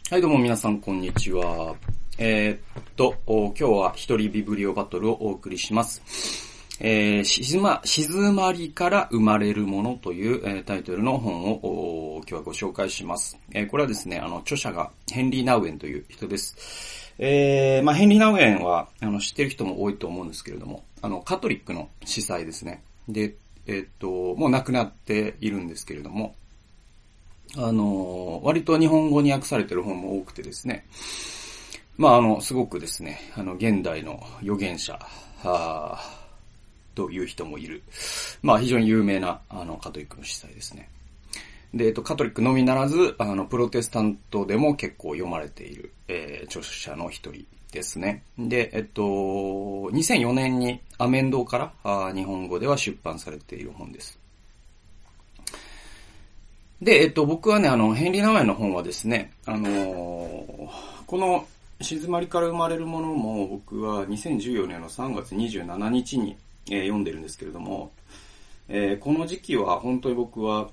はいどうも皆さんこんにちは。今日は一人ビブリオバトルをお送りします。静まりから生まれるものという、タイトルの本を今日はご紹介します。これはですね、著者がヘンリー・ナウエンという人です。ヘンリー・ナウエンは知ってる人も多いと思うんですけれども、カトリックの司祭ですね。で、もう亡くなっているんですけれども、割と日本語に訳されてる本も多くてですね。すごくですね、現代の預言者、という人もいる。非常に有名な、カトリックの司祭ですね。で、カトリックのみならず、プロテスタントでも結構読まれている、著者の一人ですね。で、2004年にアメンドから日本語では出版されている本です。で、僕はね、ヘンリー・ナウエンの本はですね、この静まりから生まれるものも僕は2014年の3月27日に、読んでるんですけれども、この時期は本当に僕は、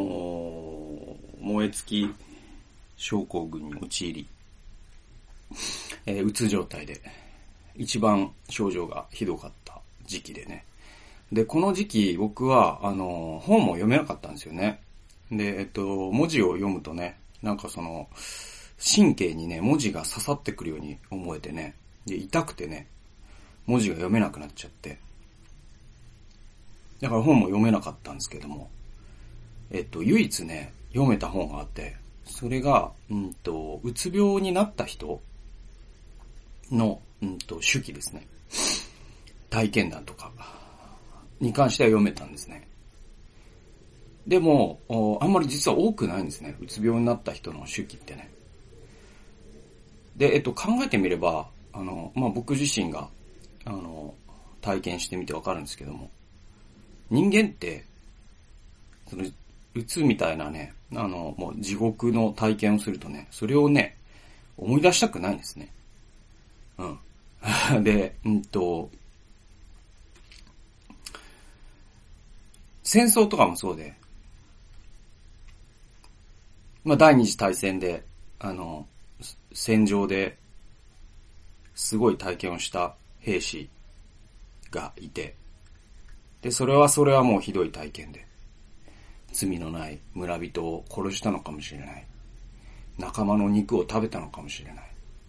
燃え尽き症候群に陥り、うつ状態で一番症状がひどかった時期でね。で、この時期僕は、本も読めなかったんですよね。で、文字を読むとね、神経にね、文字が刺さってくるように思えてね、で、痛くてね、文字が読めなくなっちゃって。だから本も読めなかったんですけども、唯一ね、読めた本があって、それが、うつ病になった人の、手記ですね。体験談とかに関しては読めたんですね。でも、あんまり実は多くないんですね。うつ病になった人の手記ってね。で、考えてみれば、僕自身が、体験してみてわかるんですけども、人間って、うつみたいなね、もう地獄の体験をするとね、それをね、思い出したくないんですね。で、戦争とかもそうで、第二次大戦で、戦場ですごい体験をした兵士がいて、で、それはもうひどい体験で、罪のない村人を殺したのかもしれない。仲間の肉を食べたのかもしれない。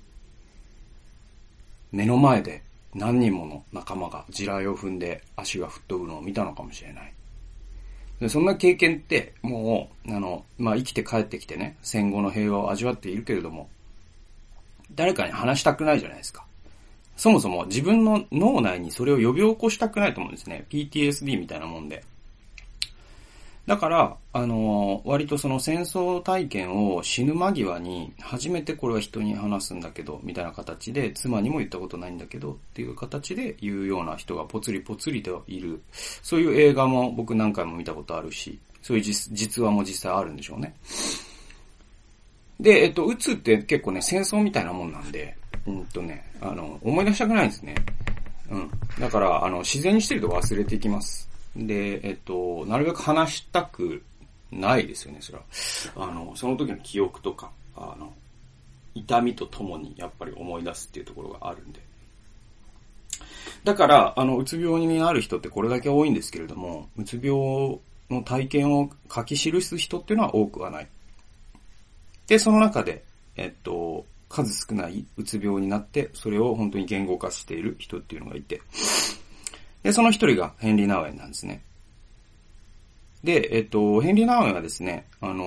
目の前で何人もの仲間が地雷を踏んで足が吹っ飛ぶのを見たのかもしれない。でそんな経験って、もう、生きて帰ってきてね、戦後の平和を味わっているけれども、誰かに話したくないじゃないですか。そもそも自分の脳内にそれを呼び起こしたくないと思うんですね。PTSD みたいなもんで。だから、割とその戦争体験を死ぬ間際に、初めてこれは人に話すんだけど、みたいな形で、妻にも言ったことないんだけど、っていう形で言うような人がポツリポツリといる。そういう映画も僕何回も見たことあるし、そういう実話も実際あるんでしょうね。で、うつって結構ね、戦争みたいなもんなんで、思い出したくないんですね。だから、自然にしてると忘れていきます。で、なるべく話したくないですよね、それは。その時の記憶とか、痛みとともにやっぱり思い出すっていうところがあるんで。だから、うつ病になる人ってこれだけ多いんですけれども、うつ病の体験を書き記す人っていうのは多くはない。で、その中で、数少ないうつ病になって、それを本当に言語化している人っていうのがいて、で、その一人がヘンリー・ナウエンなんですね。で、ヘンリー・ナウエンはですね、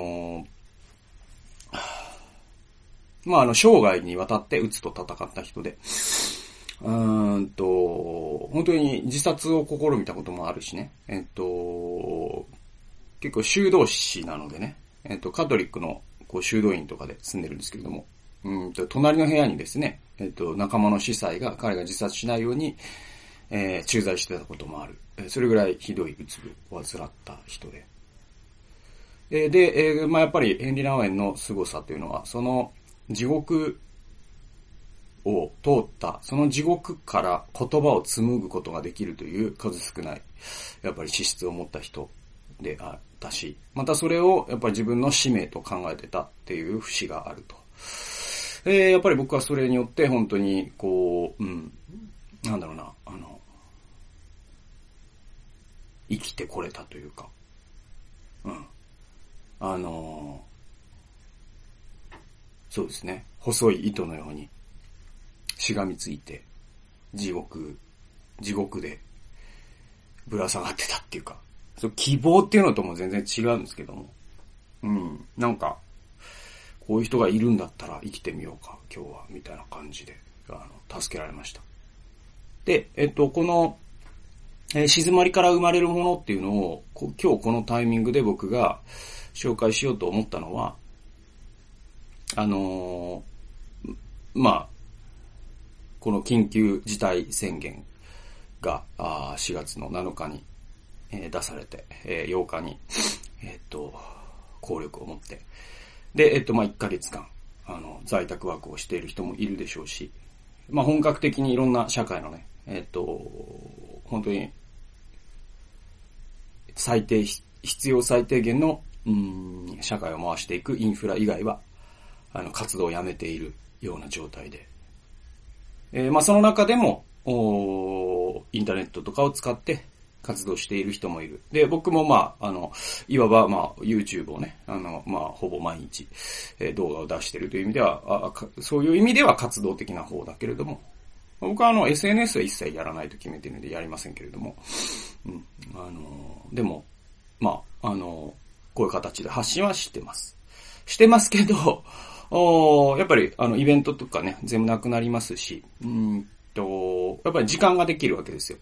生涯にわたってうつと戦った人で、本当に自殺を試みたこともあるしね、結構修道士なのでね、カトリックの修道院とかで住んでるんですけれども、隣の部屋にですね、仲間の司祭が彼が自殺しないように、駐在してたこともある。それぐらいひどいうつを患った人で。で、やっぱりヘンリー・ナウエンの凄さというのは、その地獄を通った、その地獄から言葉を紡ぐことができるという数少ない、やっぱり資質を持った人であったし、またそれをやっぱり自分の使命と考えてたっていう節があると。 やっぱり僕はそれによって本当に、こう、なんだろうな、生きてこれたというか、そうですね、細い糸のようにしがみついて、地獄でぶら下がってたっていうか、そう希望っていうのとも全然違うんですけども、なんか、こういう人がいるんだったら生きてみようか、今日は、みたいな感じで、助けられました。で、この、静まりから生まれるものっていうのを、今日このタイミングで僕が紹介しようと思ったのは、この緊急事態宣言が4月の7日に出されて、8日に、効力を持って、で、1ヶ月間、在宅ワークをしている人もいるでしょうし、本格的にいろんな社会のね、本当に、必要最低限の、社会を回していくインフラ以外は、活動をやめているような状態で。その中でも、インターネットとかを使って活動している人もいる。で、僕もいわばYouTube をね、ほぼ毎日、動画を出しているという意味では、そういう意味では活動的な方だけれども、僕はSNS は一切やらないと決めているのでやりませんけれども、でも、こういう形で発信はしてます。してますけど、やっぱり、イベントとかね、全部なくなりますし、やっぱり時間ができるわけですよ。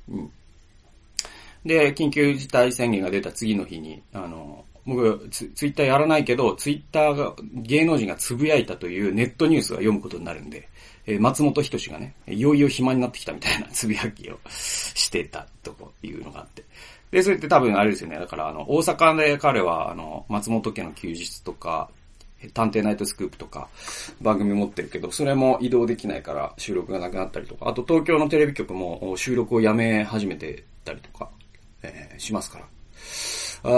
で、緊急事態宣言が出た次の日に、僕、ツイッターやらないけど、ツイッターが、芸能人がつぶやいたというネットニュースが読むことになるんで、松本人志がね、いよいよ暇になってきたみたいなつぶやきをしてたというのがあって。で、それって多分あれですよね。だから、大阪で彼は、松本家の休日とか、探偵ナイトスクープとか番組持ってるけど、それも移動できないから収録がなくなったりとか、あと東京のテレビ局も収録をやめ始めてたりとか、しますから。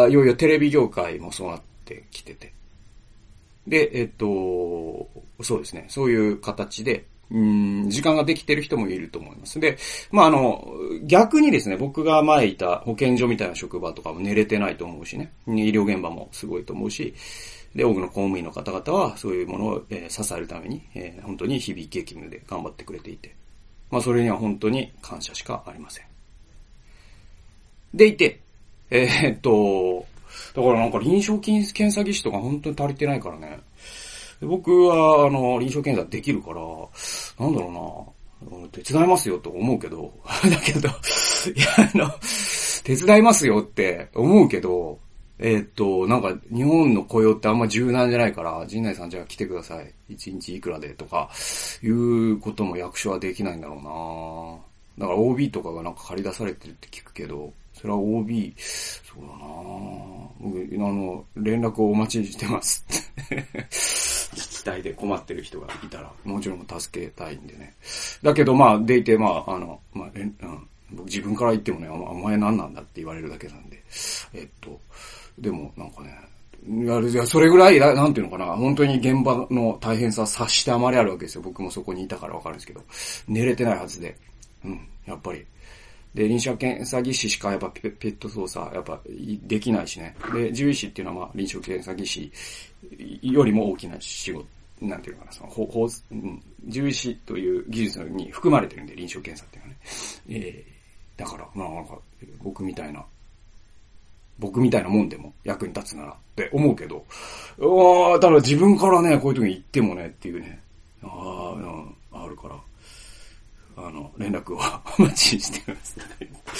いよいよテレビ業界もそうなってきてて。で、そうですね。そういう形で、時間ができてる人もいると思います。で、逆にですね、僕が前いた保健所みたいな職場とかも寝れてないと思うしね。医療現場もすごいと思うし、で、多くの公務員の方々はそういうものを、支えるために、本当に日々激務で頑張ってくれていて、それには本当に感謝しかありません。でいて、だからなんか臨床検査技師とか本当に足りてないからね。僕は、臨床検査できるから、なんだろうな、手伝いますよと思うけど、だけど、手伝いますよって思うけど、なんか日本の雇用ってあんま柔軟じゃないから、陣内さんじゃあ来てください。1日いくらでとか、いうことも役所はできないんだろうな。だから OB とかがなんか借り出されてるって聞くけど、それは OB、そうだな僕、連絡をお待ちしてます。自治体で困ってる人がいたら、もちろん助けたいんでね。だけどでいて、僕自分から言ってもね、お前何なんだって言われるだけなんで。でもなんかね、いや、それぐらい、なんていうのかな、本当に現場の大変さ察してあまりあるわけですよ。僕もそこにいたからわかるんですけど。寝れてないはずで。やっぱり。で、臨床検査技師しかやっぱペット操作、やっぱできないしね。で、獣医師っていうのは臨床検査技師よりも大きな仕事、なんていうのかな、獣医師という技術に含まれてるんで、臨床検査っていうのはね。だから、なんか、僕みたいなもんでも役に立つならって思うけど、ただ自分からね、こういう時に言ってもねっていうね、あるから、連絡をお待ちしてます。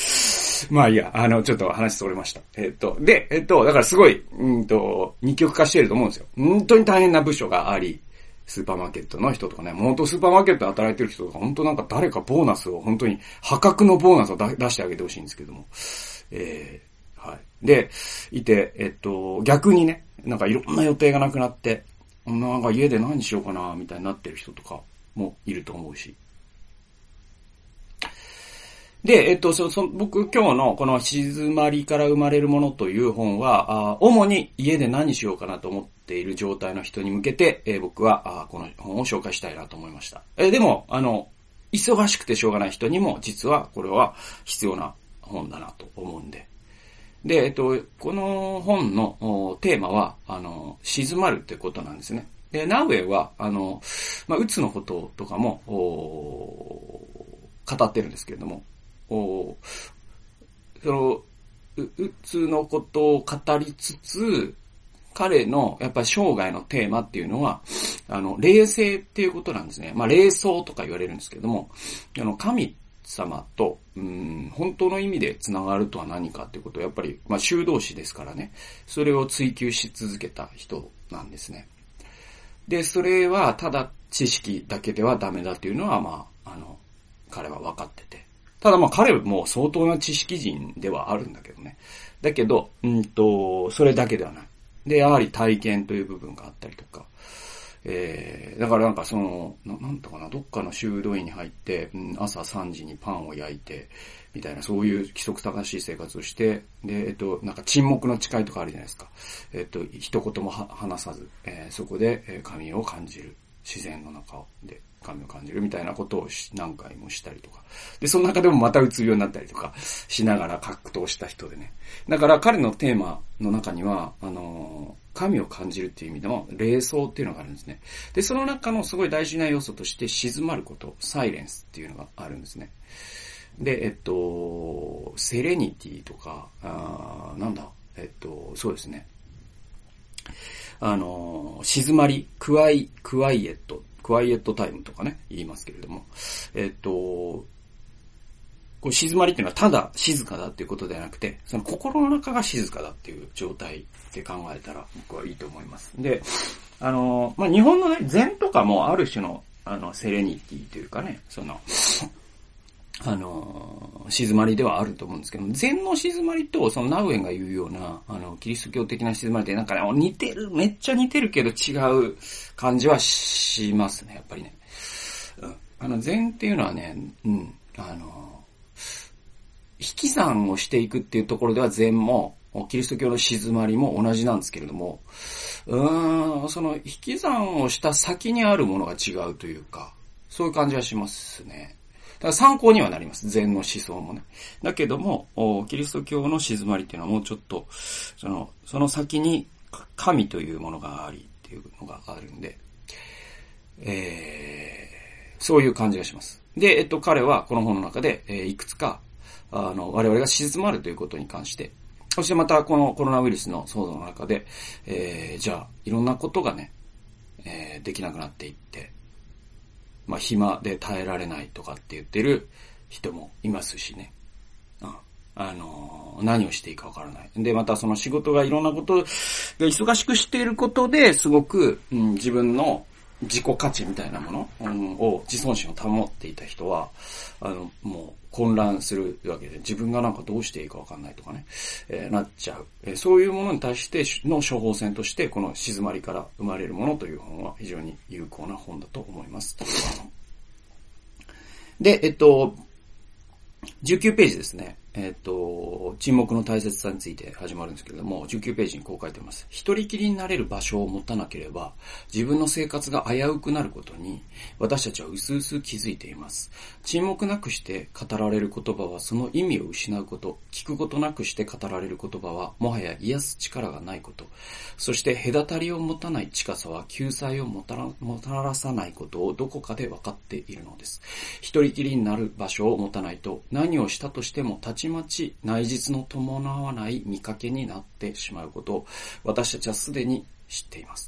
いいや、ちょっと話それました。だからすごい、二極化していると思うんですよ。本当に大変な部署があり、スーパーマーケットの人とかね、本当スーパーマーケットで働いてる人とか、本当なんか誰かボーナスを、本当に破格のボーナスを出してあげてほしいんですけども。はい。で、いて、逆にね、なんかいろんな予定がなくなって、なんか家で何しようかな、みたいになってる人とかもいると思うし。で、僕今日のこの静まりから生まれるものという本は、主に家で何しようかなと思ってっている状態の人に向けて、僕はこの本を紹介したいなと思いました。でも、忙しくてしょうがない人にも実はこれは必要な本だなと思うんで。で、この本のテーマは、静まるってことなんですね。で、ナウェイは、うつのこととかも、語ってるんですけれども、うつのことを語りつつ、彼のやっぱり生涯のテーマっていうのは、霊性っていうことなんですね。霊想とか言われるんですけれども、神様と、本当の意味で繋がるとは何かっていうことをやっぱり、修道士ですからね、それを追求し続けた人なんですね。で、それはただ知識だけではダメだっていうのは、彼は分かってて。ただ彼も相当な知識人ではあるんだけどね。だけど、それだけではない。で、やはり体験という部分があったりとか。だからなんとかな、どっかの修道院に入って、朝3時にパンを焼いて、みたいな、そういう規則正しい生活をして、で、沈黙の誓いとかあるじゃないですか。一言も話さず、そこで神を感じる。自然の中で神を感じるみたいなことを何回もしたりとか。で、その中でもまたうつ病になったりとかしながら格闘した人でね。だから彼のテーマの中には、神を感じるっていう意味でも、霊想っていうのがあるんですね。で、その中のすごい大事な要素として、静まること、サイレンスっていうのがあるんですね。で、セレニティとか、そうですね。静まり、クワイエットタイムとかね、言いますけれども、こう静まりっていうのはただ静かだっていうことではなくて、その心の中が静かだっていう状態で考えたら僕はいいと思います。で、日本のね、禅とかもある種の、セレニティというかね、静まりではあると思うんですけど、禅の静まりと、そのナウエンが言うような、キリスト教的な静まりってなんかね、めっちゃ似てるけど違う感じはしますね、やっぱりね。禅っていうのはね、引き算をしていくっていうところでは禅も、キリスト教の静まりも同じなんですけれども、その引き算をした先にあるものが違うというか、そういう感じはしますね。だから参考にはなります。禅の思想もね。だけども、キリスト教の静まりっていうのはもうちょっと、その先に神というものがありっていうのがあるんで、そういう感じがします。で、彼はこの本の中で、いくつか、我々が静まるということに関して、そしてまたこのコロナウイルスの騒動の中で、じゃあ、いろんなことがね、できなくなっていって、暇で耐えられないとかって言ってる人もいますしね。何をしていいかわからない。で、またその仕事がいろんなことが忙しくしていることですごく、自分の自己価値みたいなもの、を、自尊心を保っていた人は、もう混乱するわけで、自分がなんかどうしていいかわかんないとかね、なっちゃう。そういうものに対しての処方箋として、この静まりから生まれるものという本は非常に有効な本だと思います。で、19ページですね。沈黙の大切さについて始まるんですけれども、19ページにこう書いてます。一人きりになれる場所を持たなければ、自分の生活が危うくなることに、私たちは薄々気づいています。沈黙なくして語られる言葉はその意味を失うこと、聞くことなくして語られる言葉は、もはや癒す力がないこと、そして隔たりを持たない近さは救済をもたらさないことをどこかで分かっているのです。一人きりになる場所を持たないと、何をしたとしてもたちまち内実の伴わない見かけになってしまうことを私たちはすでに知っています。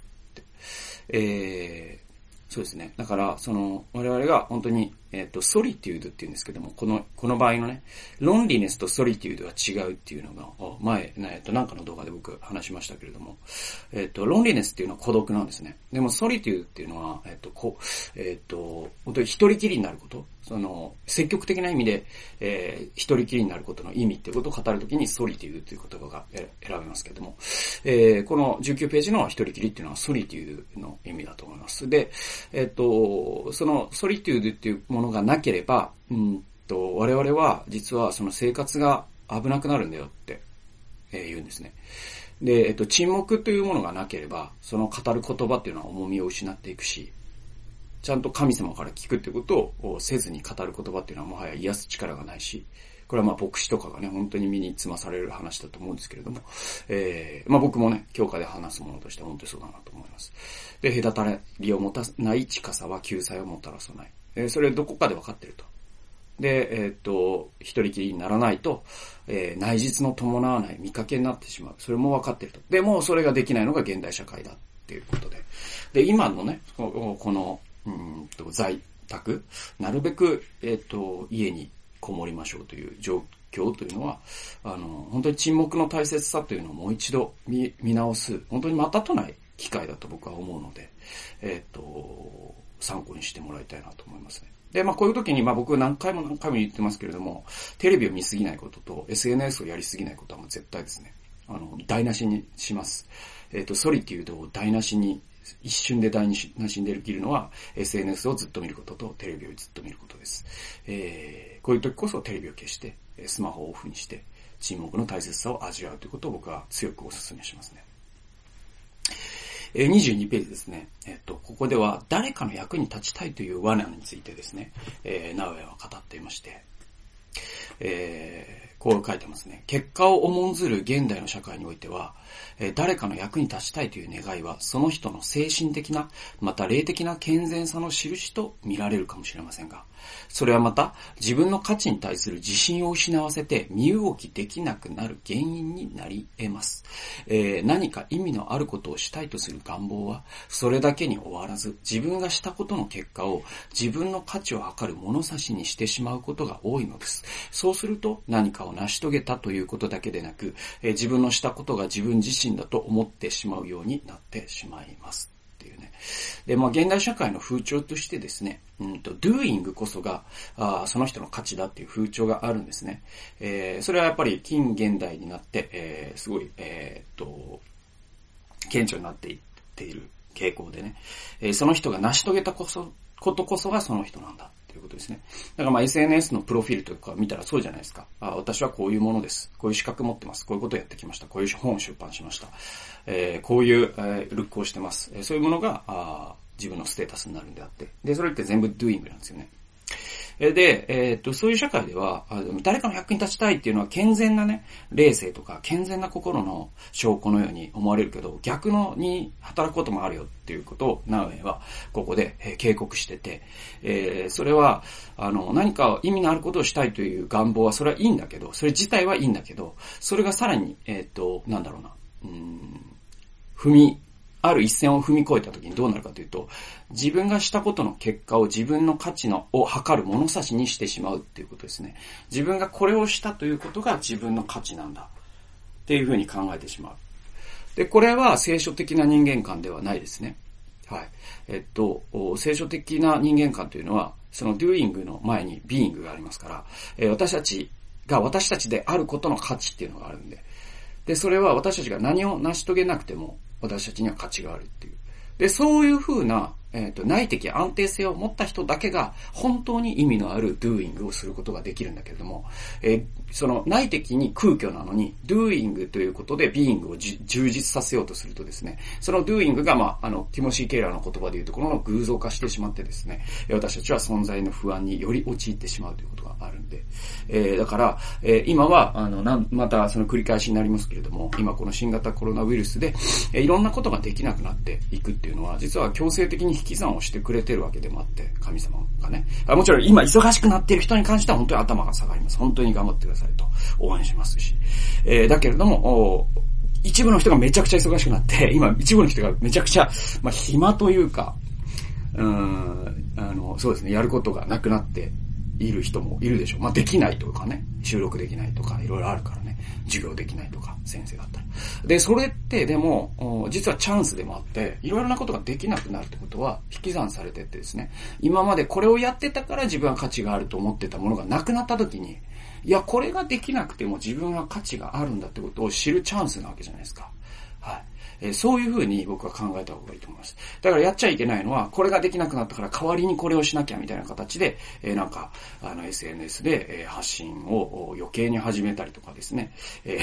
そうですね。だから、我々が本当に、ソリテュードって言うんですけども、この場合のね、ロンリネスとソリテュードは違うっていうのが、前、なんかの動画で僕話しましたけれども、ロンリネスっていうのは孤独なんですね。でも、ソリテュードっていうのは、本当に一人きりになること、積極的な意味で、一人きりになることの意味っていうことを語るときに、ソリテュードという言葉が選べますけれども、この19ページの一人きりっていうのはソリテュードの意味だと思います。で、そのソリテュードっていうものがなければ、我々は実はその生活が危なくなるんだよって、言うんですね。 で、沈黙というものがなければ、その語る言葉っていうのは重みを失っていくし、ちゃんと神様から聞くってことをせずに語る言葉っていうのはもはや癒す力がないし、これは牧師とかがね、本当に身につまされる話だと思うんですけれども、僕もね、教科で話すものとして本当にそうだなと思います。で、隔たりを持たない近さは救済をもたらさない。それどこかで分かってると。で、一人きりにならないと、内実の伴わない見かけになってしまう。それも分かってると。でも、それができないのが現代社会だっていうことで。で、今のね、この、在宅、なるべく、家にこもりましょうという状況というのは、本当に沈黙の大切さというのをもう一度見直す、本当にまたとない機会だと僕は思うので、参考にしてもらいたいなと思いますね。で、こういう時に、僕何回も言ってますけれども、テレビを見すぎないことと、SNS をやりすぎないことはもう絶対ですね。台無しにします。ソリテュードを台無しに、一瞬で台無しにできるのは、SNS をずっと見ることと、テレビをずっと見ることです。こういう時こそテレビを消して、スマホをオフにして、沈黙の大切さを味わうということを僕は強くお勧めしますね。22ページですね。ここでは誰かの役に立ちたいという罠についてですね、ナウエは語っていまして、こう書いてますね。結果を重んずる現代の社会においては、誰かの役に立ちたいという願いは、その人の精神的な、また霊的な健全さの印と見られるかもしれませんが、それはまた自分の価値に対する自信を失わせて身動きできなくなる原因になり得ます。何か意味のあることをしたいとする願望は、それだけに終わらず、自分がしたことの結果を自分の価値を測る物差しにしてしまうことが多いのです。そうすると何かを成し遂げたということだけでなく、自分のしたことが自分自身だと思ってしまうようになってしまいます。っていうね。で、現代社会の風潮としてですね、doing こそがその人の価値だっていう風潮があるんですね。それはやっぱり近現代になって、すごい、顕著になっていっている傾向でね、その人が成し遂げたことこそがその人なんだということですね。だから SNS のプロフィールとか見たらそうじゃないですか。私はこういうものです。こういう資格持ってます。こういうことをやってきました。こういう本を出版しました。こういう、ルックをしてます。そういうものが自分のステータスになるんであって。で、それって全部 doing なんですよね。で、そういう社会では、誰かの役に立ちたいっていうのは健全なね、霊性とか健全な心の証拠のように思われるけど、逆のに働くこともあるよっていうことを、ナウエはここで警告してて、それは、何か意味のあることをしたいという願望は、それはいいんだけど、それ自体はいいんだけど、それがさらに、ある一線を踏み越えた時にどうなるかというと、自分がしたことの結果を自分の価値を測る物差しにしてしまうっていうことですね。自分がこれをしたということが自分の価値なんだっていうふうに考えてしまう。で、これは聖書的な人間観ではないですね。はい。聖書的な人間観というのは、その doing の前に being がありますから、私たちが私たちであることの価値っていうのがあるんで、で、それは私たちが何を成し遂げなくても、私たちには価値があるっていう。で、そういう風な、内的安定性を持った人だけが本当に意味のある doing をすることができるんだけれども、その内的に空虚なのに doing ということで being を充実させようとするとですね、その doing がティモシー・ケイラーの言葉でいうところの偶像化してしまってですね、私たちは存在の不安により陥ってしまうということがあるんで、だから、今はまたその繰り返しになりますけれども、今この新型コロナウイルスで、いろんなことができなくなっていくっていうのは、実は強制的に引き算をしてくれてるわけでもあって、神様がね。もちろん今忙しくなっている人に関しては本当に頭が下がります。本当に頑張ってくださいと応援しますし。だけれども、一部の人がめちゃくちゃ忙しくなって、今一部の人がめちゃくちゃ、暇というか、そうですね、やることがなくなっている人もいるでしょう。できないとかね、収録できないとか、いろいろあるからね、授業できないとか、先生だったら。で、それってでも、実はチャンスでもあって、いろいろなことができなくなるってことは、引き算されてってですね、今までこれをやってたから自分は価値があると思ってたものがなくなった時に、いや、これができなくても自分は価値があるんだってことを知るチャンスなわけじゃないですか。はい。 そういうふうに僕は考えた方がいいと思います。だからやっちゃいけないのは、これができなくなったから代わりにこれをしなきゃみたいな形で、SNS で発信を余計に始めたりとかですね。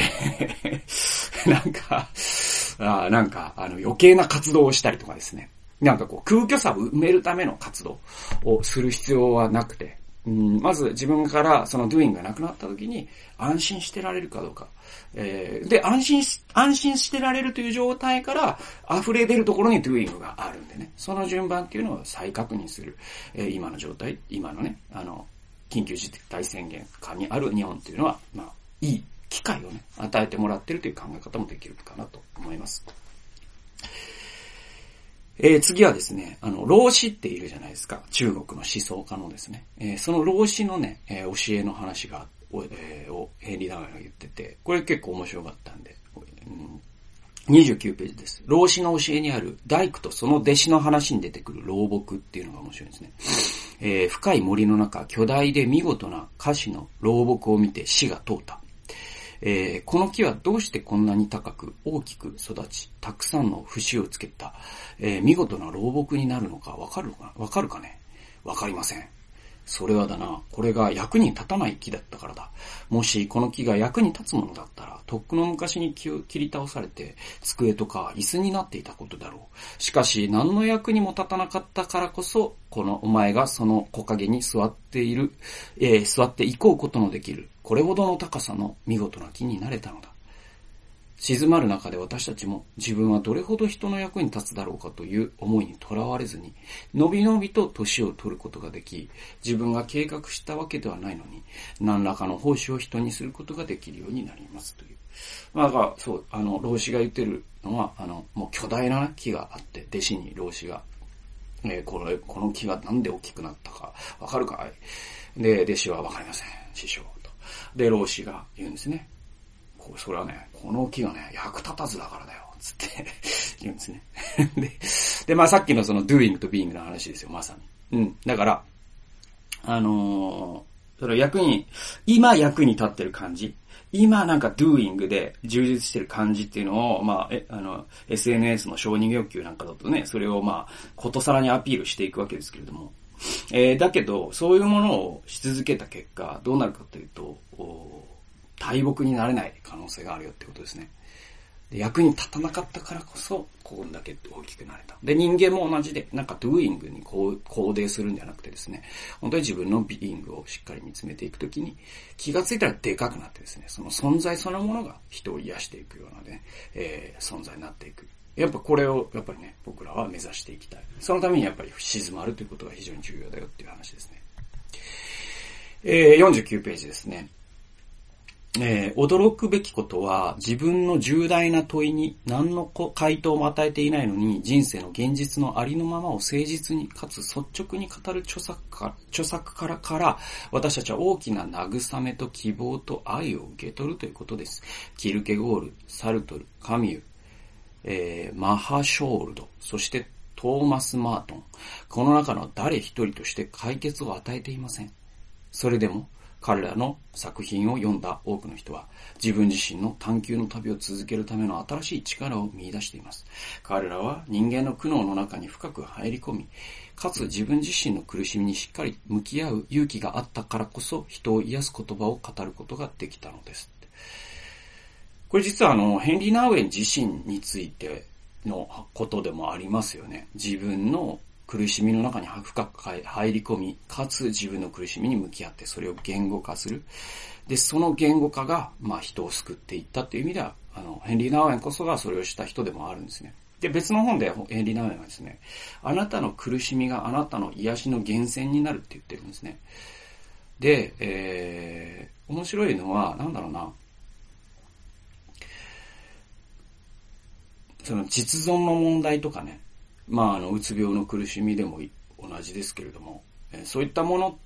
余計な活動をしたりとかですね。空虚さを埋めるための活動をする必要はなくて、まず自分からその doing がなくなった時に安心してられるかどうか。で、安心してられるという状態から溢れ出るところに doing があるんでね。その順番っていうのを再確認する。今の状態、今のね、緊急事態宣言下にある日本っていうのは、いい機会をね、与えてもらってるという考え方もできるかなと思います。次はですね、老子っているじゃないですか。中国の思想家のですね。その老子のね、教えの話が、ヘンリー・ダウエンが言ってて、これ結構面白かったんで、29ページです。老子の教えにある大工とその弟子の話に出てくる老木っていうのが面白いですね。深い森の中、巨大で見事な菓子の老木を見て死が通った。この木はどうしてこんなに高く大きく育ち、たくさんの節をつけた、見事な老木になるのかわかるかね？わかりません。それはだな、これが役に立たない木だったからだ。もしこの木が役に立つものだったら、とっくの昔に木を切り倒されて、机とか椅子になっていたことだろう。しかし、何の役にも立たなかったからこそ、お前がその木陰に座っていこうことのできる、これほどの高さの見事な木になれたのだ。静まる中で私たちも自分はどれほど人の役に立つだろうかという思いにとらわれずに、のびのびと年を取ることができ、自分が計画したわけではないのに、何らかの奉仕を人にすることができるようになりますという。老子が言ってるのは、もう巨大な木があって、弟子に老子が、この木がなんで大きくなったかわかるかい？で、弟子はわかりません、師匠と。で、老子が言うんですね。それはね、この木がね、役立たずだからだよ、つって言うんですね。で、さっきのその doing と being の話ですよ、まさに。だから、それ今役に立ってる感じ、今doing で充実してる感じっていうのを、SNS の承認欲求なんかだとね、それをことさらにアピールしていくわけですけれども、だけど、そういうものをし続けた結果、どうなるかというと、大木になれない可能性があるよってことですね。で、役に立たなかったからこそ、こんだけ大きくなれた。で、人間も同じで、doing に肯定するんじゃなくてですね、本当に自分のbeingをしっかり見つめていくときに、気がついたらでかくなってですね、その存在そのものが人を癒していくようなね、存在になっていく。やっぱこれを、ね、僕らは目指していきたい。そのためにやっぱり静まるということが非常に重要だよっていう話ですね。49ページですね。驚くべきことは自分の重大な問いに何の回答も与えていないのに人生の現実のありのままを誠実にかつ率直に語る著作から私たちは大きな慰めと希望と愛を受け取るということです。キルケゴール、サルトル、カミュ、マハショールド、そしてトーマス・マートン。この中の誰一人として解決を与えていません。それでも彼らの作品を読んだ多くの人は自分自身の探求の旅を続けるための新しい力を見出しています。彼らは人間の苦悩の中に深く入り込み、かつ自分自身の苦しみにしっかり向き合う勇気があったからこそ人を癒す言葉を語ることができたのです。これ実はヘンリー・ナウエン自身についてのことでもありますよね。自分の苦しみの中に深く入り込み、かつ自分の苦しみに向き合ってそれを言語化する。で、その言語化が、人を救っていったという意味では、ヘンリー・ナウエンこそがそれをした人でもあるんですね。で、別の本でヘンリー・ナウエンはですね、あなたの苦しみがあなたの癒しの源泉になるって言ってるんですね。で、面白いのは、その実存の問題とかね、うつ病の苦しみでも同じですけれども、そういったものって、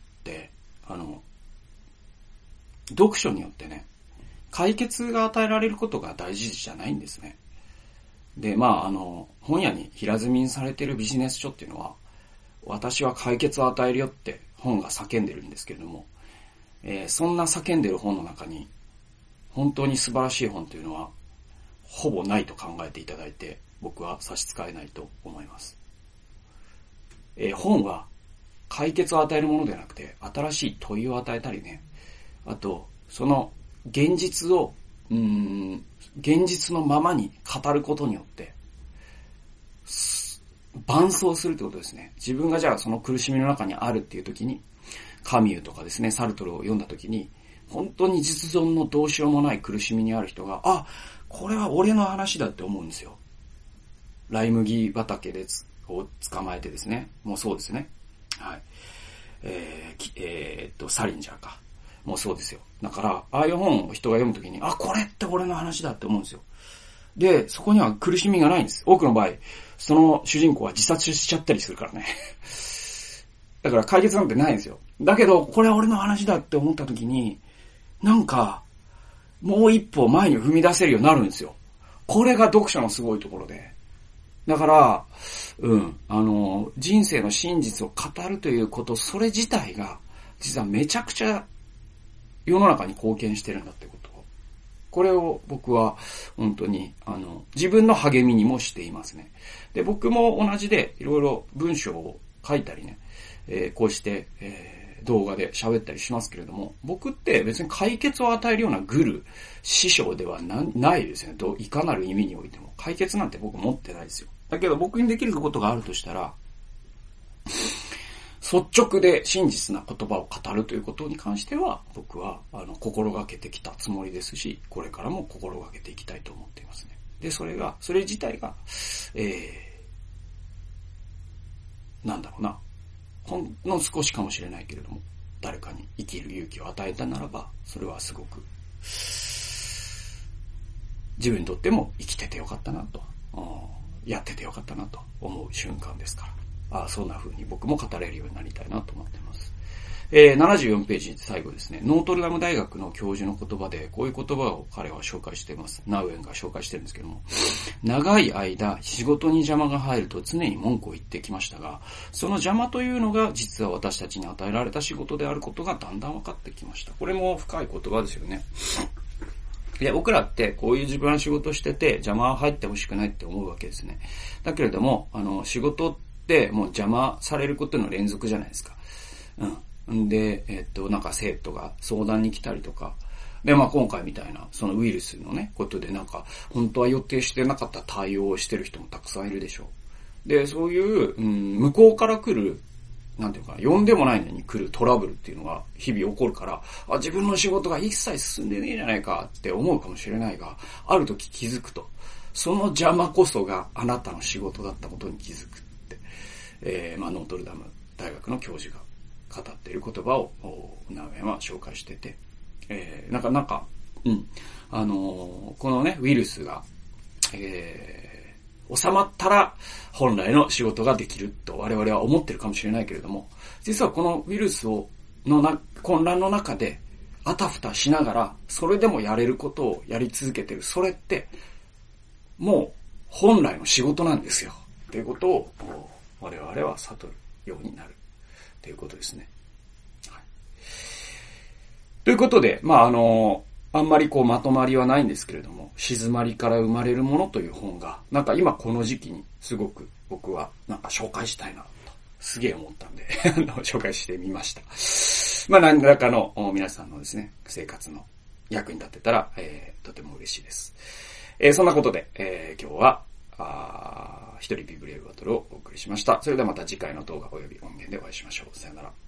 読書によってね、解決が与えられることが大事じゃないんですね。で、本屋に平積みにされているビジネス書っていうのは、私は解決を与えるよって本が叫んでるんですけれども、そんな叫んでる本の中に、本当に素晴らしい本というのは、 ほぼないと考えていただいて、僕は差し支えないと思います。本は解決を与えるものではなくて、新しい問いを与えたりね、あと、その現実を、現実のままに語ることによって、伴走するってことですね。自分がじゃあその苦しみの中にあるっていう時に、カミューとかですね、サルトルを読んだ時に、本当に実存のどうしようもない苦しみにある人が、あ、これは俺の話だって思うんですよ。ライ麦畑を捕まえてですね、もうそうですね。はい。サリンジャーか。もうそうですよ。だから、ああいう本を人が読むときに、あ、これって俺の話だって思うんですよ。で、そこには苦しみがないんです。多くの場合、その主人公は自殺しちゃったりするからね。だから解決なんてないんですよ。だけど、これは俺の話だって思ったときに、なんか、もう一歩前に踏み出せるようになるんですよ。これが読書のすごいところで。だから、人生の真実を語るということ、それ自体が、実はめちゃくちゃ世の中に貢献してるんだってこと。これを僕は本当に、自分の励みにもしていますね。で、僕も同じでいろいろ文章を書いたりね、こうして、動画で喋ったりしますけれども、僕って別に解決を与えるようなグル、師匠ではないですね。いかなる意味においても。解決なんて僕持ってないですよ。だけど僕にできることがあるとしたら、率直で真実な言葉を語るということに関しては、僕は心がけてきたつもりですし、これからも心がけていきたいと思っていますね。で、それ自体が、なんだろうな、ほんの少しかもしれないけれども、誰かに生きる勇気を与えたならば、それはすごく、自分にとっても生きててよかったなと、やっててよかったなと思う瞬間ですから、そんな風に僕も語れるようになりたいなと思っています。74ページ最後ですね。ノートルダム大学の教授の言葉で、こういう言葉を彼は紹介しています。ナウエンが紹介してるんですけども、長い間仕事に邪魔が入ると常に文句を言ってきましたが、その邪魔というのが実は私たちに与えられた仕事であることがだんだん分かってきました。これも深い言葉ですよね。で、僕らってこういう自分は仕事してて邪魔は入ってほしくないって思うわけですね。だけれども、仕事ってもう邪魔されることの連続じゃないですか。で、なんか生徒が相談に来たりとか、で、今回みたいな、そのウイルスのね、ことでなんか、本当は予定してなかった対応をしてる人もたくさんいるでしょう。で、そういう、向こうから来る、なんていうかな、呼んでもないのに来るトラブルっていうのが日々起こるから、自分の仕事が一切進んでねえじゃないかって思うかもしれないが、ある時気づくと、その邪魔こそがあなたの仕事だったことに気づくって、ノートルダム大学の教授が語っている言葉をナウエンは紹介してて、このね、ウイルスが、収まったら本来の仕事ができると我々は思ってるかもしれないけれども、実はこのウイルスの混乱の中であたふたしながらそれでもやれることをやり続けてる、それってもう本来の仕事なんですよということを我々は悟るようになるということですね。はい、ということで、あんまりまとまりはないんですけれども、静まりから生まれるものという本が、なんか今この時期にすごく僕はなんか紹介したいなと、すげえ思ったんで、紹介してみました。何らかの皆さんのですね、生活の役に立てたら、とても嬉しいです。そんなことで、今日は、一人ビブリエルバトルをお送りしました。それではまた次回の動画及び音源でお会いしましょう。さよなら。